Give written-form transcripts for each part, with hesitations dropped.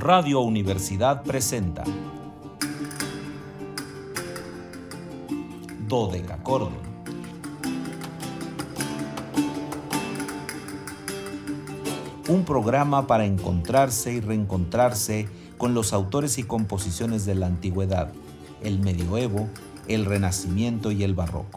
Radio Universidad presenta Dodecacorde, un programa para encontrarse y reencontrarse con los autores y composiciones de la antigüedad, el medioevo, el renacimiento y el barroco.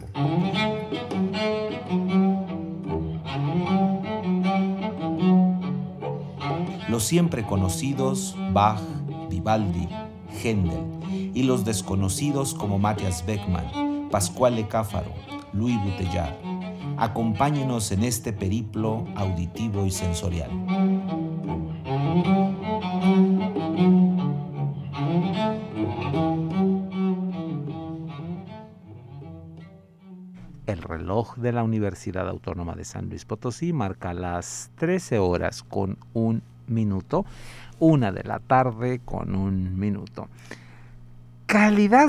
Los siempre conocidos Bach, Vivaldi, Händel y los desconocidos como Matthias Beckmann, Pasquale Cáfaro, Louis Bouteillard. Acompáñenos en este periplo auditivo y sensorial. El reloj de la Universidad Autónoma de San Luis Potosí marca las 13 horas con 1 minuto, 1 de la tarde con 1 minuto. Calidad,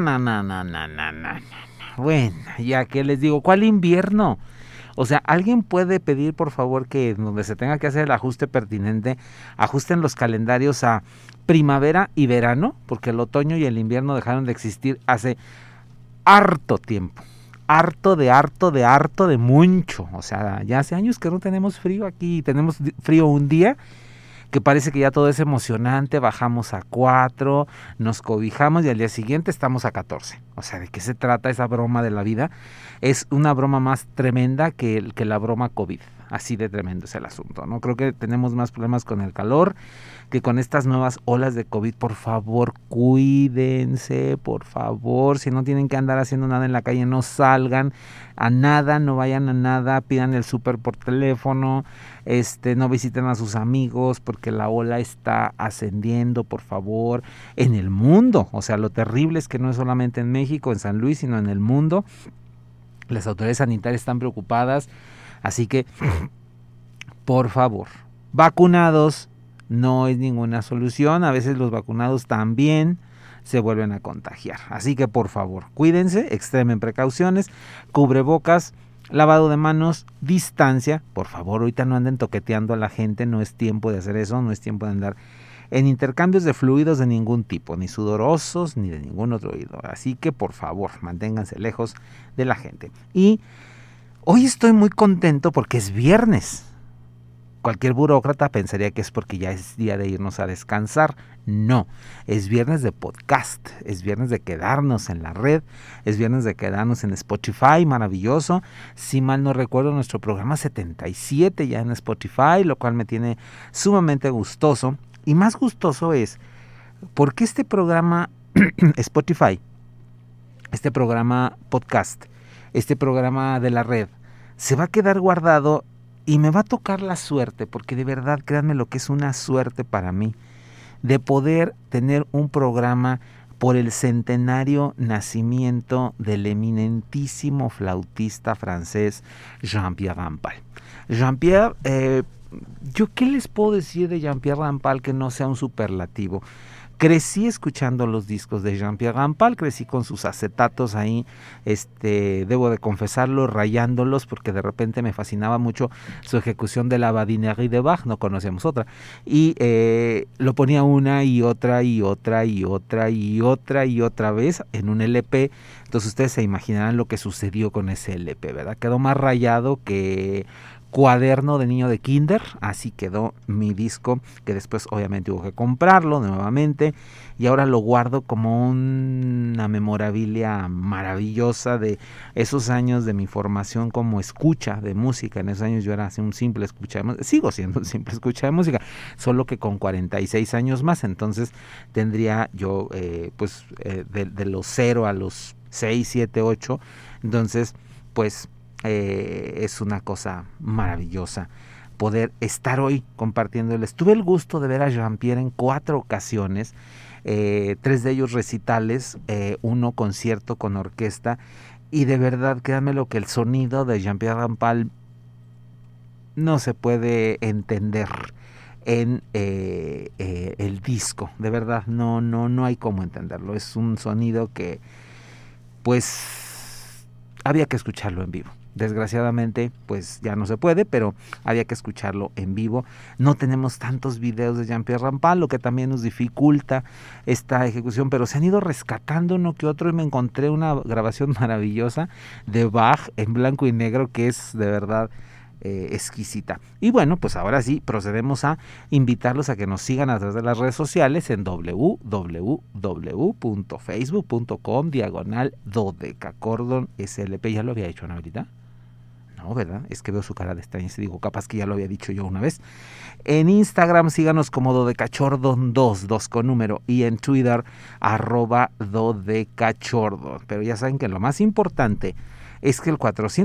Bueno, ya que les digo, ¿cuál invierno? O sea, ¿alguien puede pedir, por favor, que donde se tenga que hacer el ajuste pertinente, ajusten los calendarios a primavera y verano? Porque el otoño y el invierno dejaron de existir hace harto tiempo. Harto de mucho. O sea, ya hace años que no tenemos frío aquí. Tenemos frío un día, que parece que ya todo es emocionante. Bajamos a 4, nos cobijamos y al día siguiente estamos a 14. O sea, ¿de qué se trata esa broma de la vida? Es una broma más tremenda que la broma COVID. Así de tremendo es el asunto, ¿no? Creo que tenemos más problemas con el calor que con estas nuevas olas de COVID. Por favor, cuídense, por favor. Si no tienen que andar haciendo nada en la calle, no salgan a nada, no vayan a nada, pidan el súper por teléfono, no visiten a sus amigos porque la ola está ascendiendo, por favor, en el mundo. O sea, lo terrible es que no es solamente en México, en San Luis, sino en el mundo. Las autoridades sanitarias están preocupadas, así que, por favor, vacunados no es ninguna solución. A veces los vacunados también se vuelven a contagiar. Así que, por favor, cuídense, extremen precauciones, cubrebocas, lavado de manos, distancia. Por favor, ahorita no anden toqueteando a la gente, no es tiempo de hacer eso, no es tiempo de andar en intercambios de fluidos de ningún tipo, ni sudorosos, ni de ningún otro oído. Así que, por favor, manténganse lejos de la gente. Y hoy estoy muy contento porque es viernes. Cualquier burócrata pensaría que es porque ya es día de irnos a descansar. No, es viernes de podcast, es viernes de quedarnos en la red, es viernes de quedarnos en Spotify, maravilloso. Si mal no recuerdo, nuestro programa 77 ya en Spotify, lo cual me tiene sumamente gustoso. Y más gustoso es porque este programa Spotify, este programa podcast, este programa de la red, se va a quedar guardado y me va a tocar la suerte, porque de verdad, créanme lo que es una suerte para mí, de poder tener un programa por el centenario nacimiento del eminentísimo flautista francés Jean-Pierre Rampal. Jean-Pierre, ¿yo qué les puedo decir de Jean-Pierre Rampal que no sea un superlativo? Crecí escuchando los discos de Jean-Pierre Rampal, crecí con sus acetatos ahí, debo de confesarlo, rayándolos, porque de repente me fascinaba mucho su ejecución de la Badinerie de Bach, no conocíamos otra, y lo ponía una y otra vez en un LP. Entonces ustedes se imaginarán lo que sucedió con ese LP, ¿verdad? Quedó más rayado que cuaderno de niño de kinder, así quedó mi disco, que después obviamente hubo que comprarlo nuevamente, y ahora lo guardo como una memorabilia maravillosa de esos años de mi formación como escucha de música. En esos años yo era un simple escucha de música, sigo siendo un simple escucha de música, solo que con 46 años más. Entonces tendría yo de los 0 a los 6, 7, 8, entonces pues es una cosa maravillosa poder estar hoy compartiéndoles. Tuve el gusto de ver a Jean-Pierre en 4 ocasiones, 3 de ellos recitales, 1 concierto con orquesta, y de verdad, créanme lo que el sonido de Jean-Pierre Rampal no se puede entender en el disco. De verdad, no hay cómo entenderlo. Es un sonido que pues había que escucharlo en vivo. desgraciadamente pues ya no se puede, pero había que escucharlo en vivo. No tenemos tantos videos de Jean-Pierre Rampal, lo que también nos dificulta esta ejecución, pero se han ido rescatando uno que otro y me encontré una grabación maravillosa de Bach en blanco y negro que es de verdad exquisita. Y bueno, pues ahora sí procedemos a invitarlos a que nos sigan a través de las redes sociales en www.facebook.com/dodecacordon.slp. ¿Ya lo había hecho, Anabelita? No, ¿verdad? Es que veo su cara de extraño y digo, capaz que ya lo había dicho yo una vez. En Instagram síganos como Dodecachordon 2 con número, y en Twitter @Dodecachordon. Pero ya saben que lo más importante es que el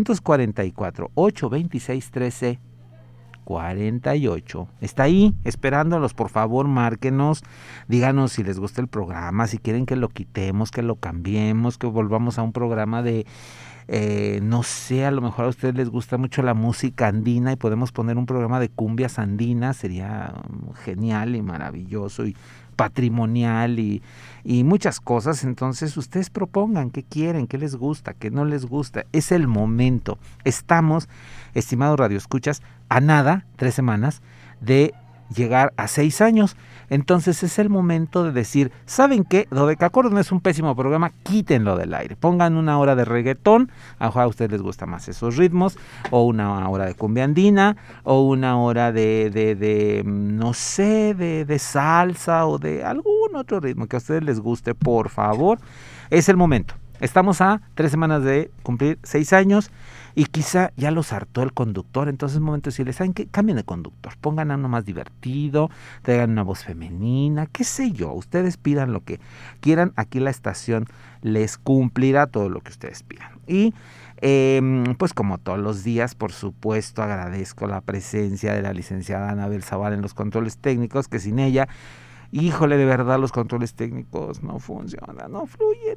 444-826-1348 está ahí esperándolos. Por favor, márquenos, díganos si les gusta el programa, si quieren que lo quitemos, que lo cambiemos, que volvamos a un programa de no sé, a lo mejor a ustedes les gusta mucho la música andina y podemos poner un programa de cumbias andinas, sería genial y maravilloso y patrimonial y muchas cosas. Entonces ustedes propongan qué quieren, qué les gusta, qué no les gusta. Es el momento. Estamos, estimados radioescuchas, a nada, 3 semanas de llegar a 6 años. Entonces es el momento de decir, ¿saben qué? Dodecacordon es un pésimo programa, quítenlo del aire. Pongan una hora de reggaetón, a ustedes les gustan más esos ritmos, o una hora de cumbia andina, o una hora de no sé, de salsa, o de algún otro ritmo que a ustedes les guste, por favor. Es el momento. Estamos a 3 semanas de cumplir 6 años y quizá ya los hartó el conductor, entonces es momento de decirles, ¿saben qué? Cambien de conductor, pongan a uno más divertido, traigan una voz femenina, qué sé yo, ustedes pidan lo que quieran, aquí la estación les cumplirá todo lo que ustedes pidan. Y pues como todos los días, por supuesto, agradezco la presencia de la licenciada Anabel Zavala en los controles técnicos, que sin ella, híjole, de verdad los controles técnicos no funcionan, no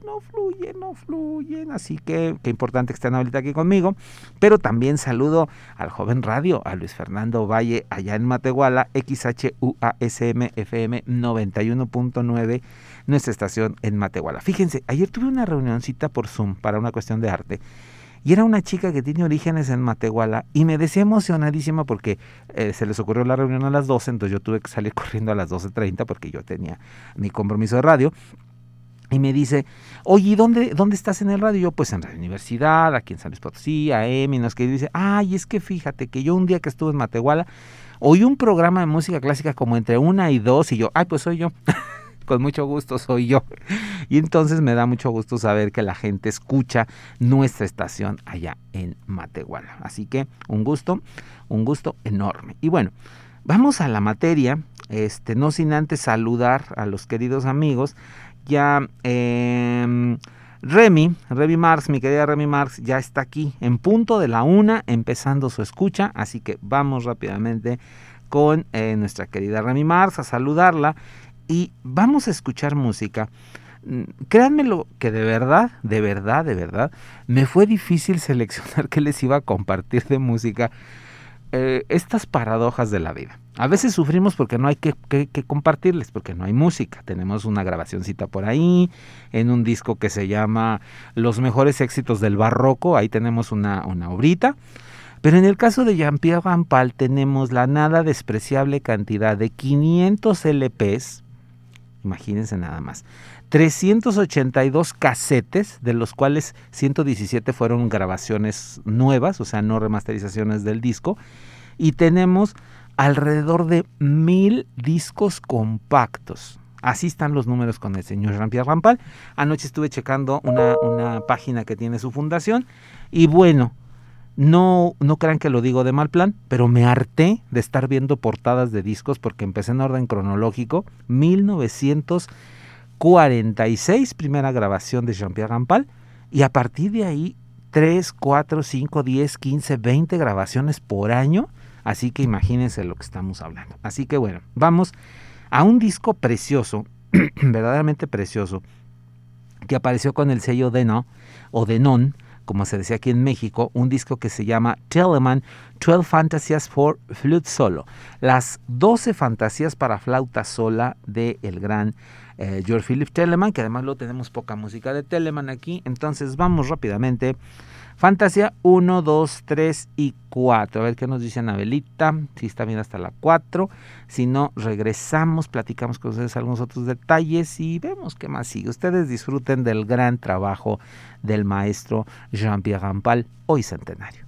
fluyen, así que qué importante que estén ahorita aquí conmigo. Pero también saludo al joven radio, a Luis Fernando Valle, allá en Matehuala, XHUASM FM 91.9, nuestra estación en Matehuala. Fíjense, ayer tuve una reunioncita por Zoom para una cuestión de arte, y era una chica que tiene orígenes en Matehuala y me decía emocionadísima porque se les ocurrió la reunión a las 12, entonces yo tuve que salir corriendo a las 12:30 porque yo tenía mi compromiso de radio. Y me dice, oye, ¿dónde estás en el radio? Y yo, pues en Radio Universidad, aquí en San Luis Potosí, AM, y nos que dice, ay, es que fíjate que yo un día que estuve en Matehuala oí un programa de música clásica como entre 1 y 2, y yo, ay, pues soy yo. Con mucho gusto soy yo. Y entonces me da mucho gusto saber que la gente escucha nuestra estación allá en Matehuala. Así que un gusto enorme. Y bueno, vamos a la materia, no sin antes saludar a los queridos amigos. Ya Remy Marx, mi querida Remy Marx, ya está aquí en punto de la 1, empezando su escucha. Así que vamos rápidamente con nuestra querida Remy Marx a saludarla. Y vamos a escuchar música. Créanmelo que de verdad, me fue difícil seleccionar qué les iba a compartir de música. Estas paradojas de la vida. A veces sufrimos porque no hay que compartirles, porque no hay música. Tenemos una grabacioncita por ahí, en un disco que se llama Los mejores éxitos del barroco, ahí tenemos una obrita. Pero en el caso de Jean-Pierre Rampal tenemos la nada despreciable cantidad de 500 LPs, imagínense nada más, 382 casetes, de los cuales 117 fueron grabaciones nuevas, o sea, no remasterizaciones del disco, y tenemos alrededor de 1000 discos compactos. Así están los números con el señor Jean-Pierre Rampal. Anoche estuve checando una página que tiene su fundación, y bueno, no crean que lo digo de mal plan, pero me harté de estar viendo portadas de discos porque empecé en orden cronológico. 1946, primera grabación de Jean-Pierre Rampal, y a partir de ahí 3, 4, 5, 10, 15, 20 grabaciones por año, así que imagínense lo que estamos hablando. Así que bueno, vamos a un disco precioso, verdaderamente precioso, que apareció con el sello Denon, o Denon, como se decía aquí en México, un disco que se llama Telemann, 12 Fantasias for Flute Solo, las 12 fantasías para flauta sola del gran Georg Philipp Telemann, que además lo tenemos poca música de Telemann aquí, entonces vamos rápidamente. Fantasía 1, 2, 3 y 4. A ver qué nos dice Anabelita, si está bien hasta la 4. Si no, regresamos, platicamos con ustedes algunos otros detalles y vemos qué más sigue. Ustedes disfruten del gran trabajo del maestro Jean-Pierre Rampal, hoy centenario.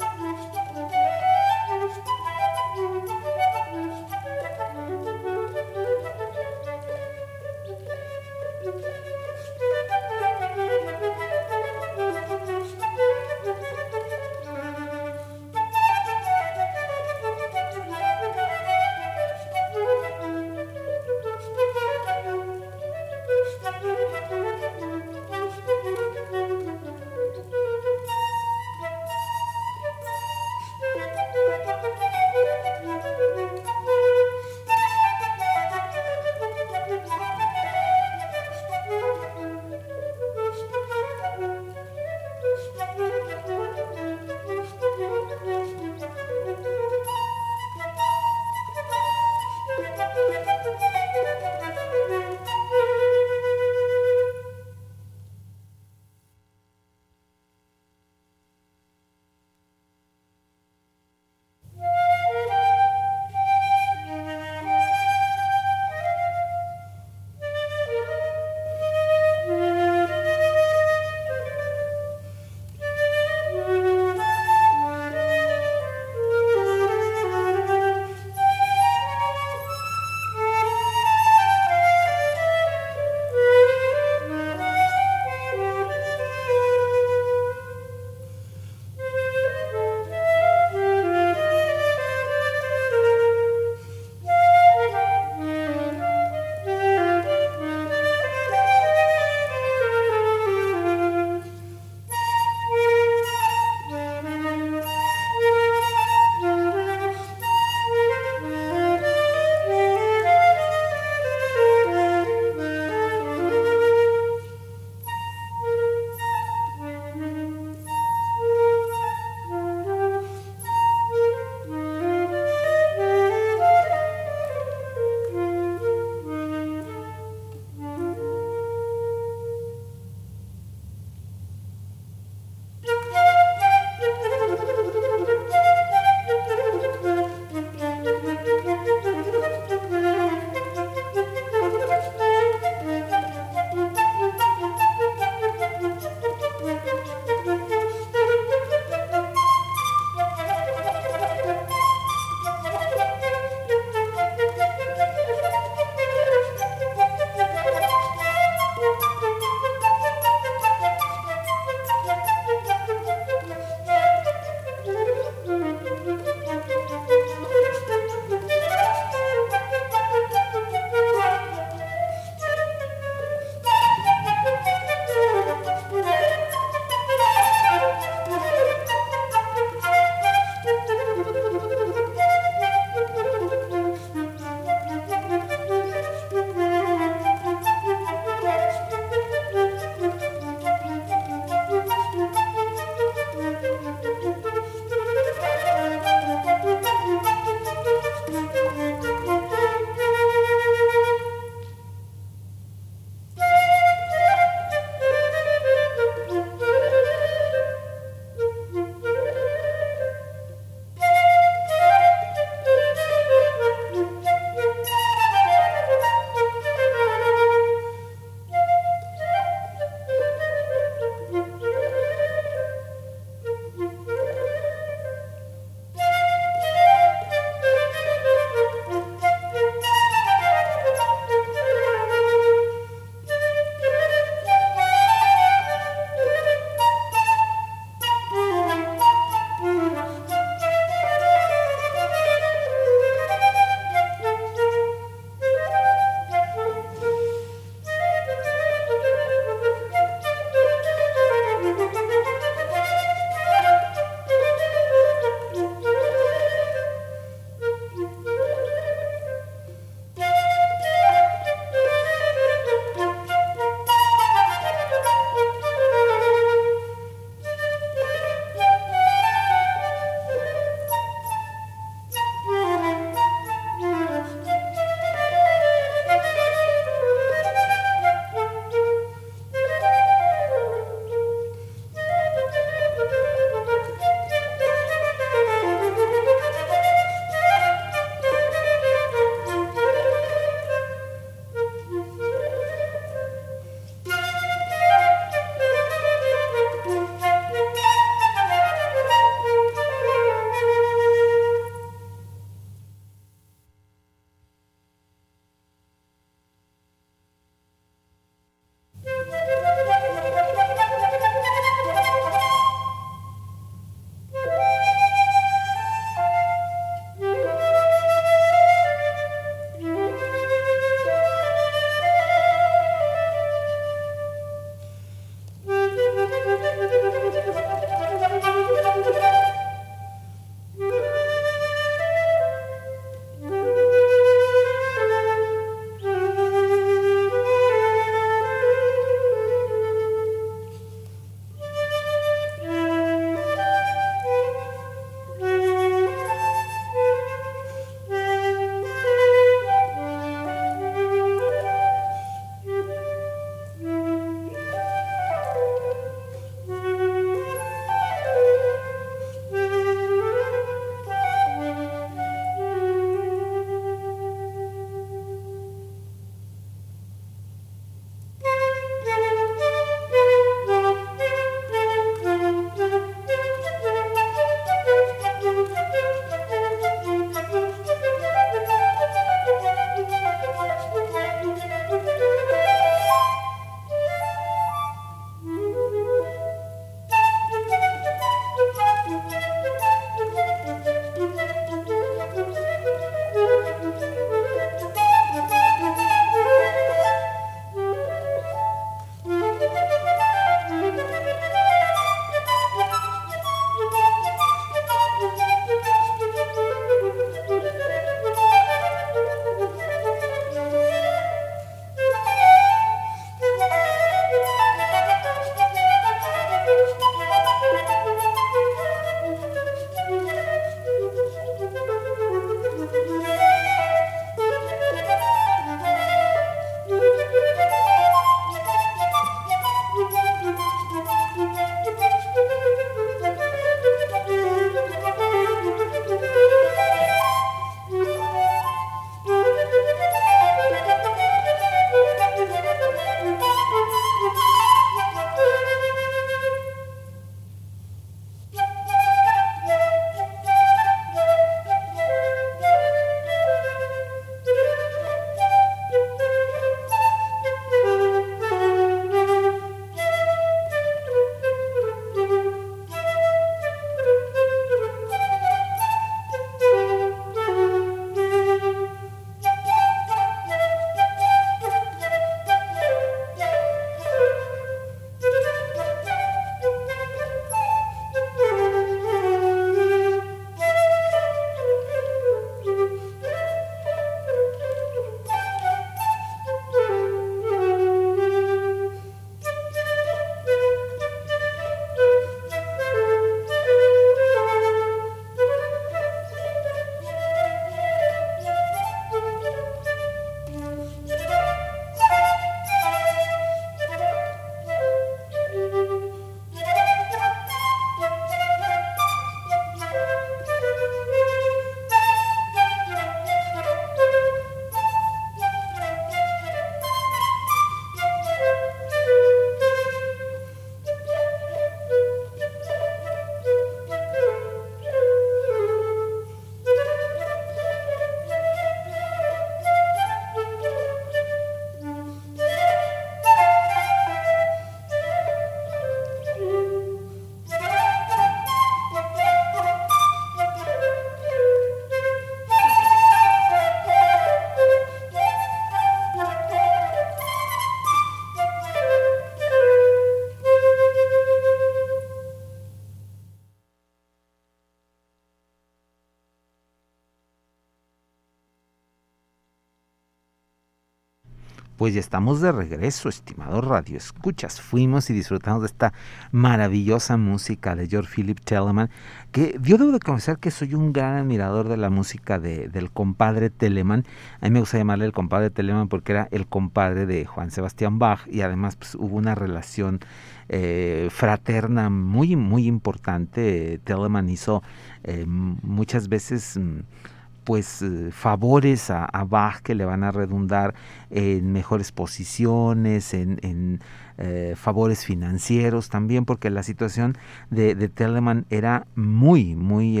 Pues ya estamos de regreso, estimado Radio Escuchas. Fuimos y disfrutamos de esta maravillosa música de George Philip Telemann, que yo debo de confesar que soy un gran admirador de la música del compadre Telemann. A mí me gusta llamarle el compadre Telemann porque era el compadre de Juan Sebastián Bach, y además pues, hubo una relación fraterna muy, muy importante. Telemann hizo muchas veces pues favores a Bach que le van a redundar en mejores posiciones, en favores financieros también, porque la situación de Telemann era muy, muy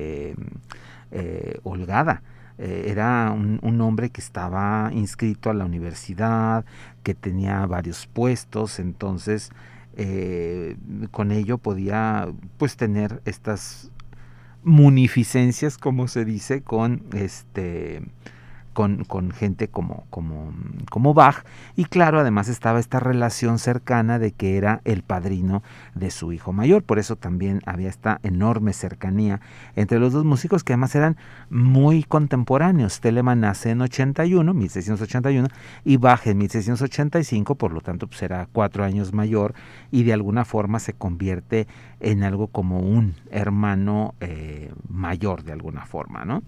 holgada. Era un hombre que estaba inscrito a la universidad, que tenía varios puestos, entonces con ello podía pues tener estas munificencias, como se dice, con gente como Bach, y claro, además estaba esta relación cercana de que era el padrino de su hijo mayor. Por eso también había esta enorme cercanía entre los dos músicos, que además eran muy contemporáneos. Telemann nace en 1681, y Bach en 1685, por lo tanto pues era 4 años mayor, y de alguna forma se convierte en algo como un hermano mayor de alguna forma, ¿no?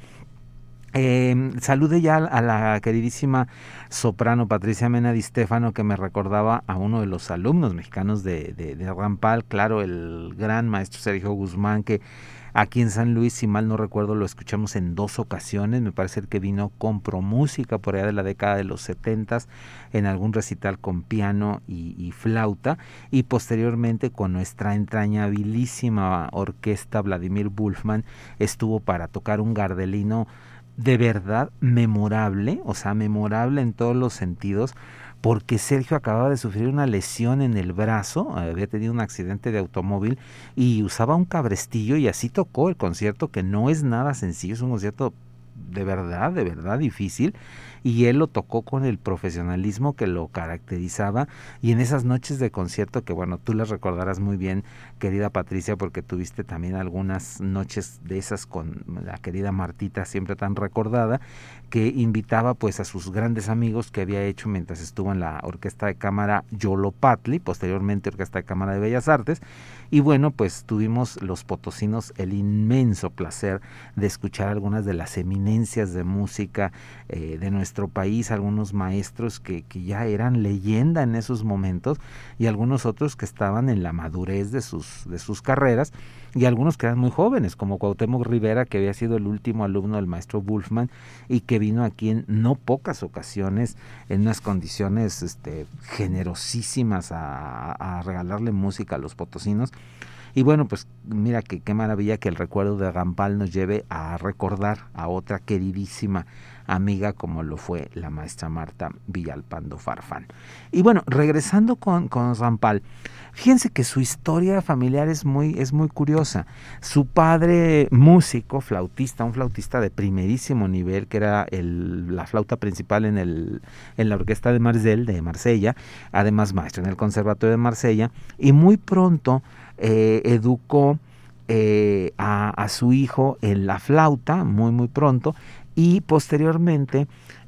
Salude ya a la queridísima soprano Patricia Mena Di Stefano, que me recordaba a uno de los alumnos mexicanos de Rampal, claro, el gran maestro Sergio Guzmán, que aquí en San Luis, si mal no recuerdo, lo escuchamos en 2 ocasiones. Me parece que vino con promúsica por allá de la década de los 70s, en algún recital con piano y flauta, y posteriormente con nuestra entrañabilísima orquesta Vladimir Wolfman estuvo para tocar un gardelino de verdad memorable, o sea, memorable en todos los sentidos, porque Sergio acababa de sufrir una lesión en el brazo, había tenido un accidente de automóvil y usaba un cabrestillo, y así tocó el concierto, que no es nada sencillo, es un concierto de verdad difícil, y él lo tocó con el profesionalismo que lo caracterizaba. Y en esas noches de concierto, que bueno, tú las recordarás muy bien, querida Patricia, porque tuviste también algunas noches de esas con la querida Martita, siempre tan recordada, que invitaba pues a sus grandes amigos que había hecho mientras estuvo en la Orquesta de Cámara Yolopatli, posteriormente Orquesta de Cámara de Bellas Artes. Y bueno, pues tuvimos los potosinos el inmenso placer de escuchar algunas de las eminencias de música de nuestro país, algunos maestros que ya eran leyenda en esos momentos, y algunos otros que estaban en la madurez de sus carreras, y algunos que eran muy jóvenes, como Cuauhtémoc Rivera, que había sido el último alumno del maestro Wolfman y que vino aquí en no pocas ocasiones en unas condiciones generosísimas a regalarle música a los potosinos. Y bueno, pues mira qué maravilla que el recuerdo de Rampal nos lleve a recordar a otra queridísima amiga como lo fue la maestra Marta Villalpando Farfán. Y bueno, regresando con Rampal, fíjense que su historia familiar es muy curiosa. Su padre, músico, flautista, un flautista de primerísimo nivel, que era la flauta principal en la orquesta de Marsella, además maestro en el Conservatorio de Marsella, y muy pronto educó a su hijo en la flauta, muy pronto, y posteriormente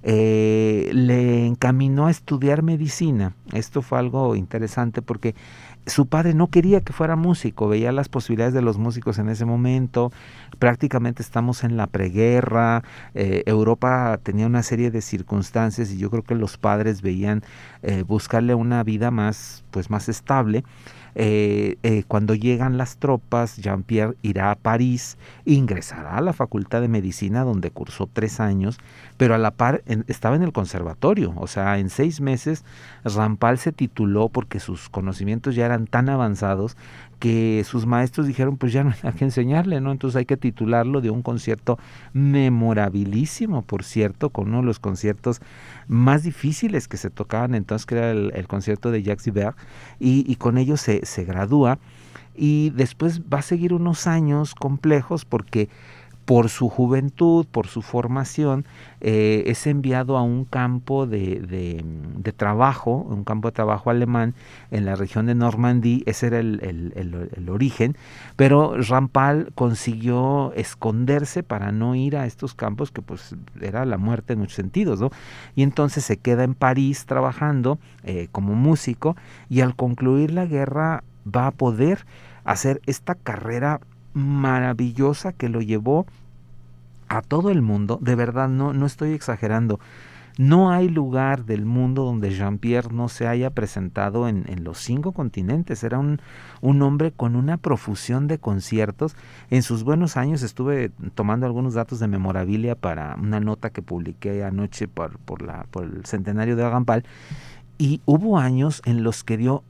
le encaminó a estudiar medicina. Esto fue algo interesante porque su padre no quería que fuera músico, veía las posibilidades de los músicos en ese momento. Prácticamente estamos en la preguerra, Europa tenía una serie de circunstancias, y yo creo que los padres veían buscarle una vida más estable. Cuando llegan las tropas, Jean-Pierre irá a París, ingresará a la Facultad de Medicina, donde cursó 3 años, pero a la par estaba en el conservatorio. O sea, en 6 meses Rampal se tituló, porque sus conocimientos ya eran tan avanzados que sus maestros dijeron, pues ya no hay nada que enseñarle, ¿no? Entonces hay que titularlo. De un concierto memorabilísimo, por cierto, con uno de los conciertos más difíciles que se tocaban entonces, que era el concierto de Jacques Ibert, y con ello se gradúa, y después va a seguir unos años complejos, porque por su juventud, por su formación, es enviado a un campo de trabajo, un campo de trabajo alemán en la región de Normandía. Ese era el origen, pero Rampal consiguió esconderse para no ir a estos campos, que pues era la muerte en muchos sentidos, ¿no? Y entonces se queda en París trabajando como músico, y al concluir la guerra va a poder hacer esta carrera maravillosa que lo llevó a todo el mundo. De verdad, no estoy exagerando. No hay lugar del mundo donde Jean-Pierre no se haya presentado en los 5 continentes. Era un hombre con una profusión de conciertos. En sus buenos años estuve tomando algunos datos de memorabilia para una nota que publiqué anoche por el centenario de Rampal. Y hubo años en los que dio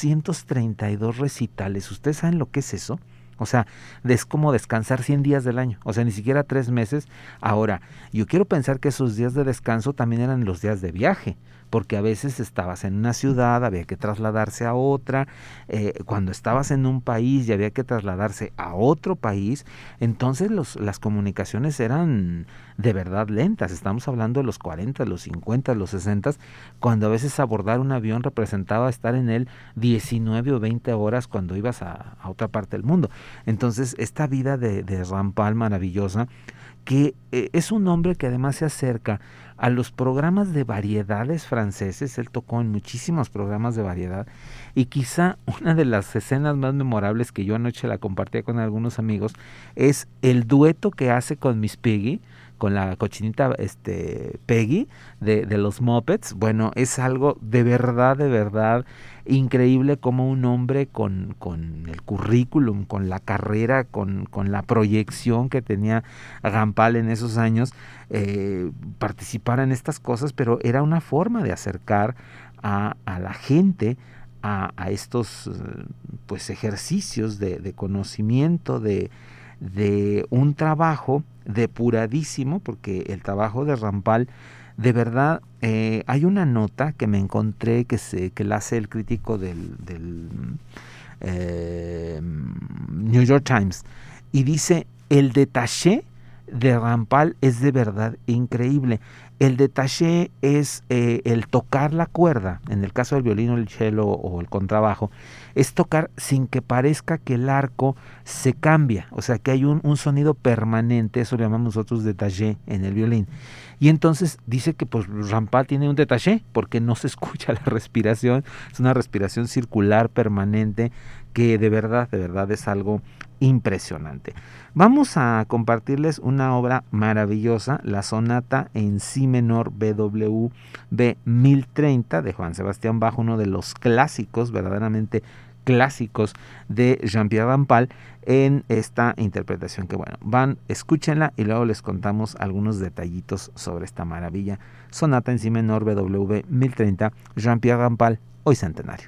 232 recitales. ¿Ustedes saben lo que es eso? O sea, es como descansar 100 días del año, o sea, ni siquiera 3 meses. Ahora, yo quiero pensar que esos días de descanso también eran los días de viaje, porque a veces estabas en una ciudad, había que trasladarse a otra, cuando estabas en un país y había que trasladarse a otro país, entonces las comunicaciones eran de verdad lentas. Estamos hablando de los 40, los 50, los 60, cuando a veces abordar un avión representaba estar en él 19 o 20 horas cuando ibas a otra parte del mundo. Entonces, esta vida de Rampal maravillosa, que es un hombre que además se acerca a los programas de variedades franceses. Él tocó en muchísimos programas de variedad, y quizá una de las escenas más memorables que yo anoche la compartía con algunos amigos es el dueto que hace con Miss Piggy, con la cochinita Peggy de los Muppets. Bueno, es algo de verdad increíble, como un hombre con el currículum, con la carrera, con la proyección que tenía Rampal en esos años, participara en estas cosas, pero era una forma de acercar a la gente a estos pues ejercicios de conocimiento, de un trabajo depuradísimo, porque el trabajo de Rampal, de verdad, hay una nota que me encontré que la hace el crítico del New York Times, y dice: el detaché de Rampal es de verdad increíble. El detaché es el tocar la cuerda, en el caso del violín o el cello o el contrabajo, es tocar sin que parezca que el arco se cambia, o sea que hay un sonido permanente. Eso lo llamamos nosotros detaché en el violín. Y entonces dice que pues Rampal tiene un detaché porque no se escucha la respiración, es una respiración circular permanente que de verdad es algo impresionante. Vamos a compartirles una obra maravillosa, la sonata en si menor BWV 1030 de Johann Sebastian Bach, uno de los clásicos, verdaderamente clásicos de Jean-Pierre Rampal, en esta interpretación que escúchenla y luego les contamos algunos detallitos sobre esta maravilla. Sonata en si menor BWV 1030, Jean-Pierre Rampal, hoy centenario.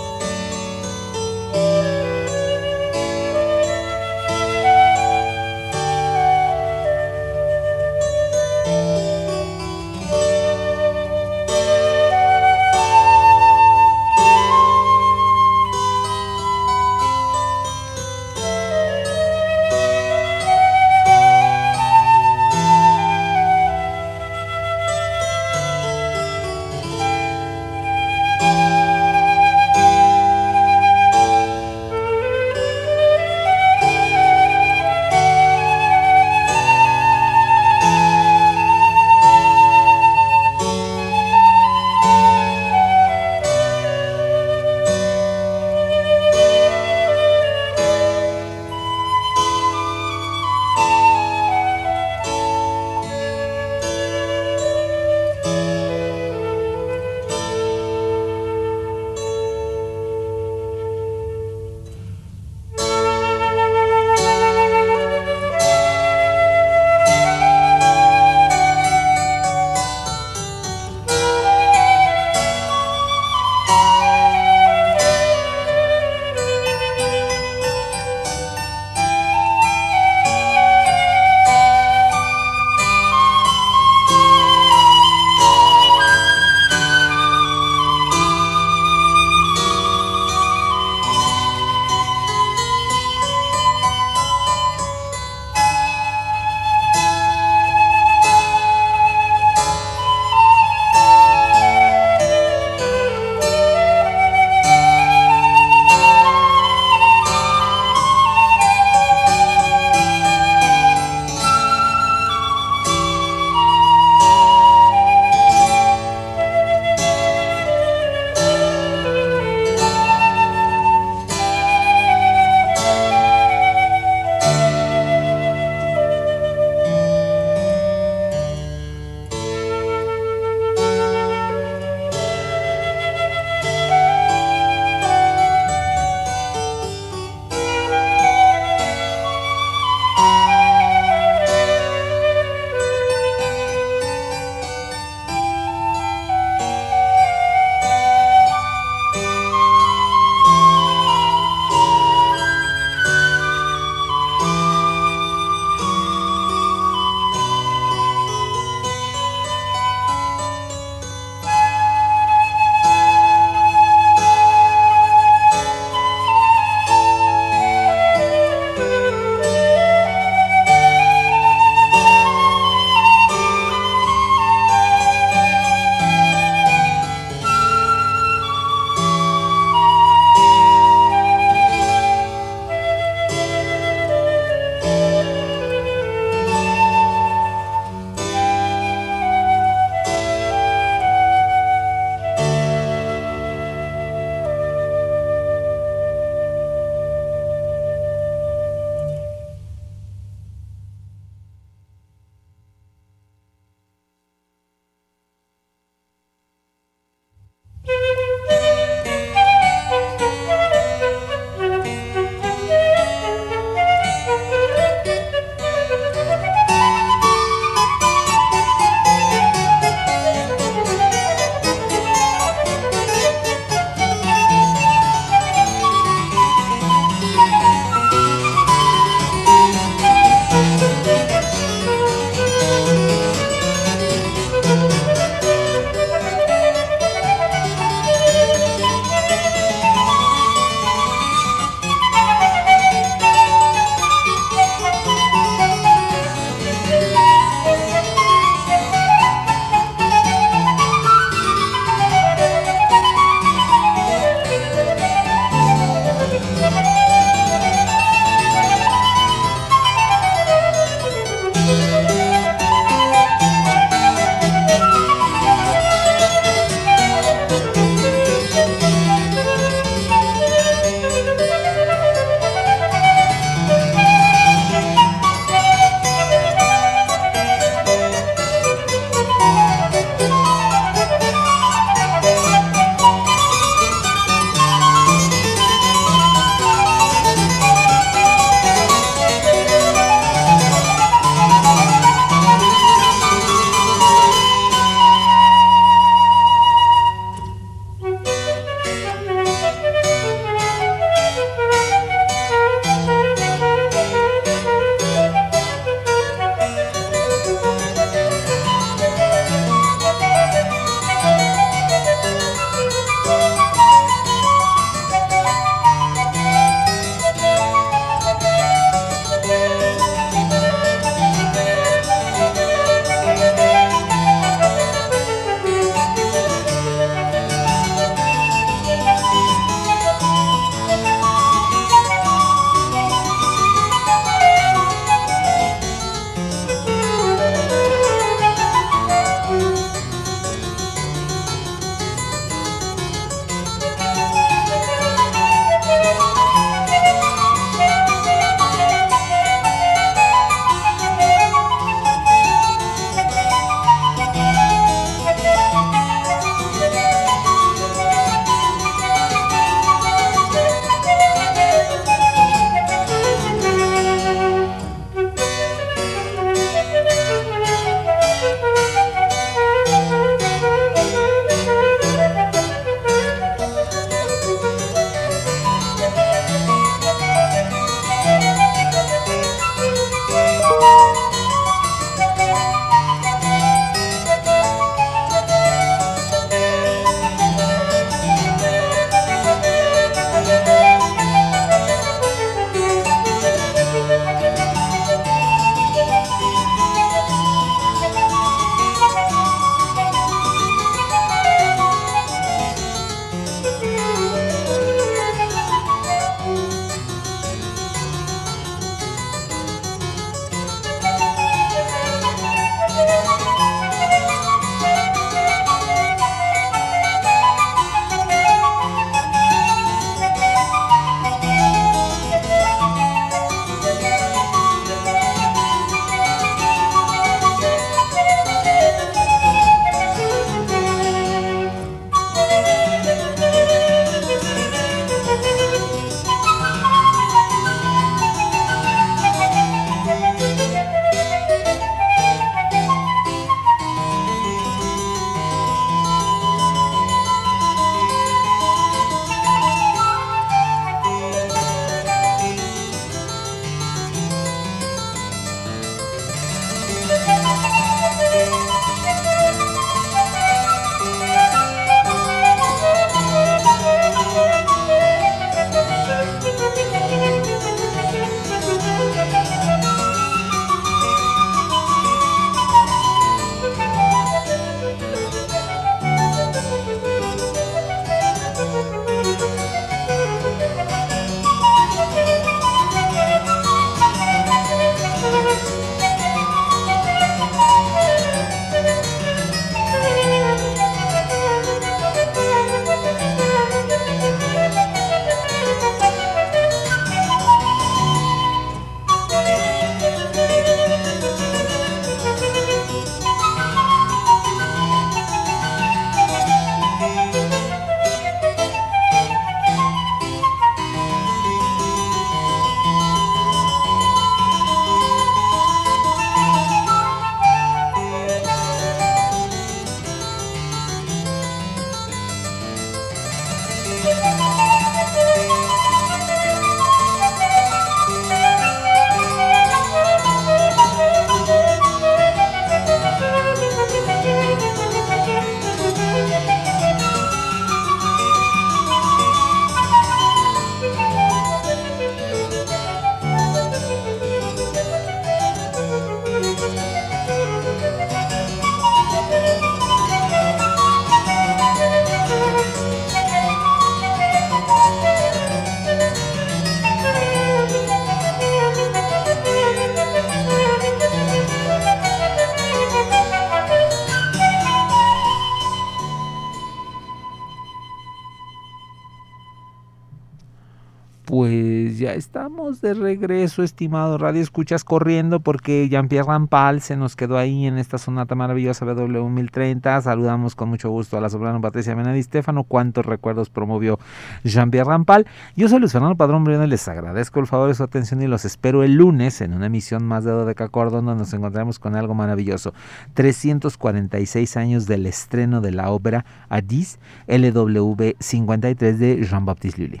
Pues ya estamos de regreso, estimado Radio Escuchas, corriendo porque Jean-Pierre Rampal se nos quedó ahí en esta sonata maravillosa BWV 1030. Saludamos con mucho gusto a la soprano Patricia Mena Di Stefano. Cuántos recuerdos promovió Jean-Pierre Rampal. Yo soy Luis Fernando Padrón Briones, les agradezco el favor de su atención y los espero el lunes en una emisión más de Dodecacordo, donde nos encontraremos con algo maravilloso. 346 años del estreno de la ópera Addis, LWV 53 de Jean-Baptiste Lully.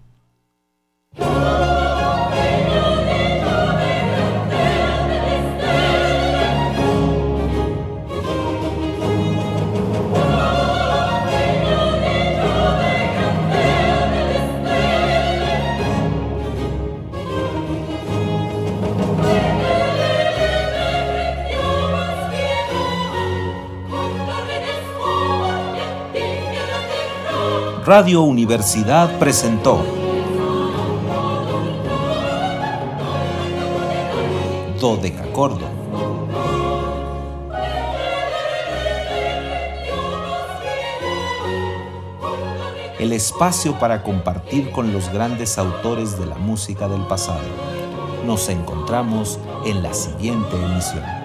Radio Universidad presentó Dodecacordo. El espacio para compartir con los grandes autores de la música del pasado. Nos encontramos en la siguiente emisión.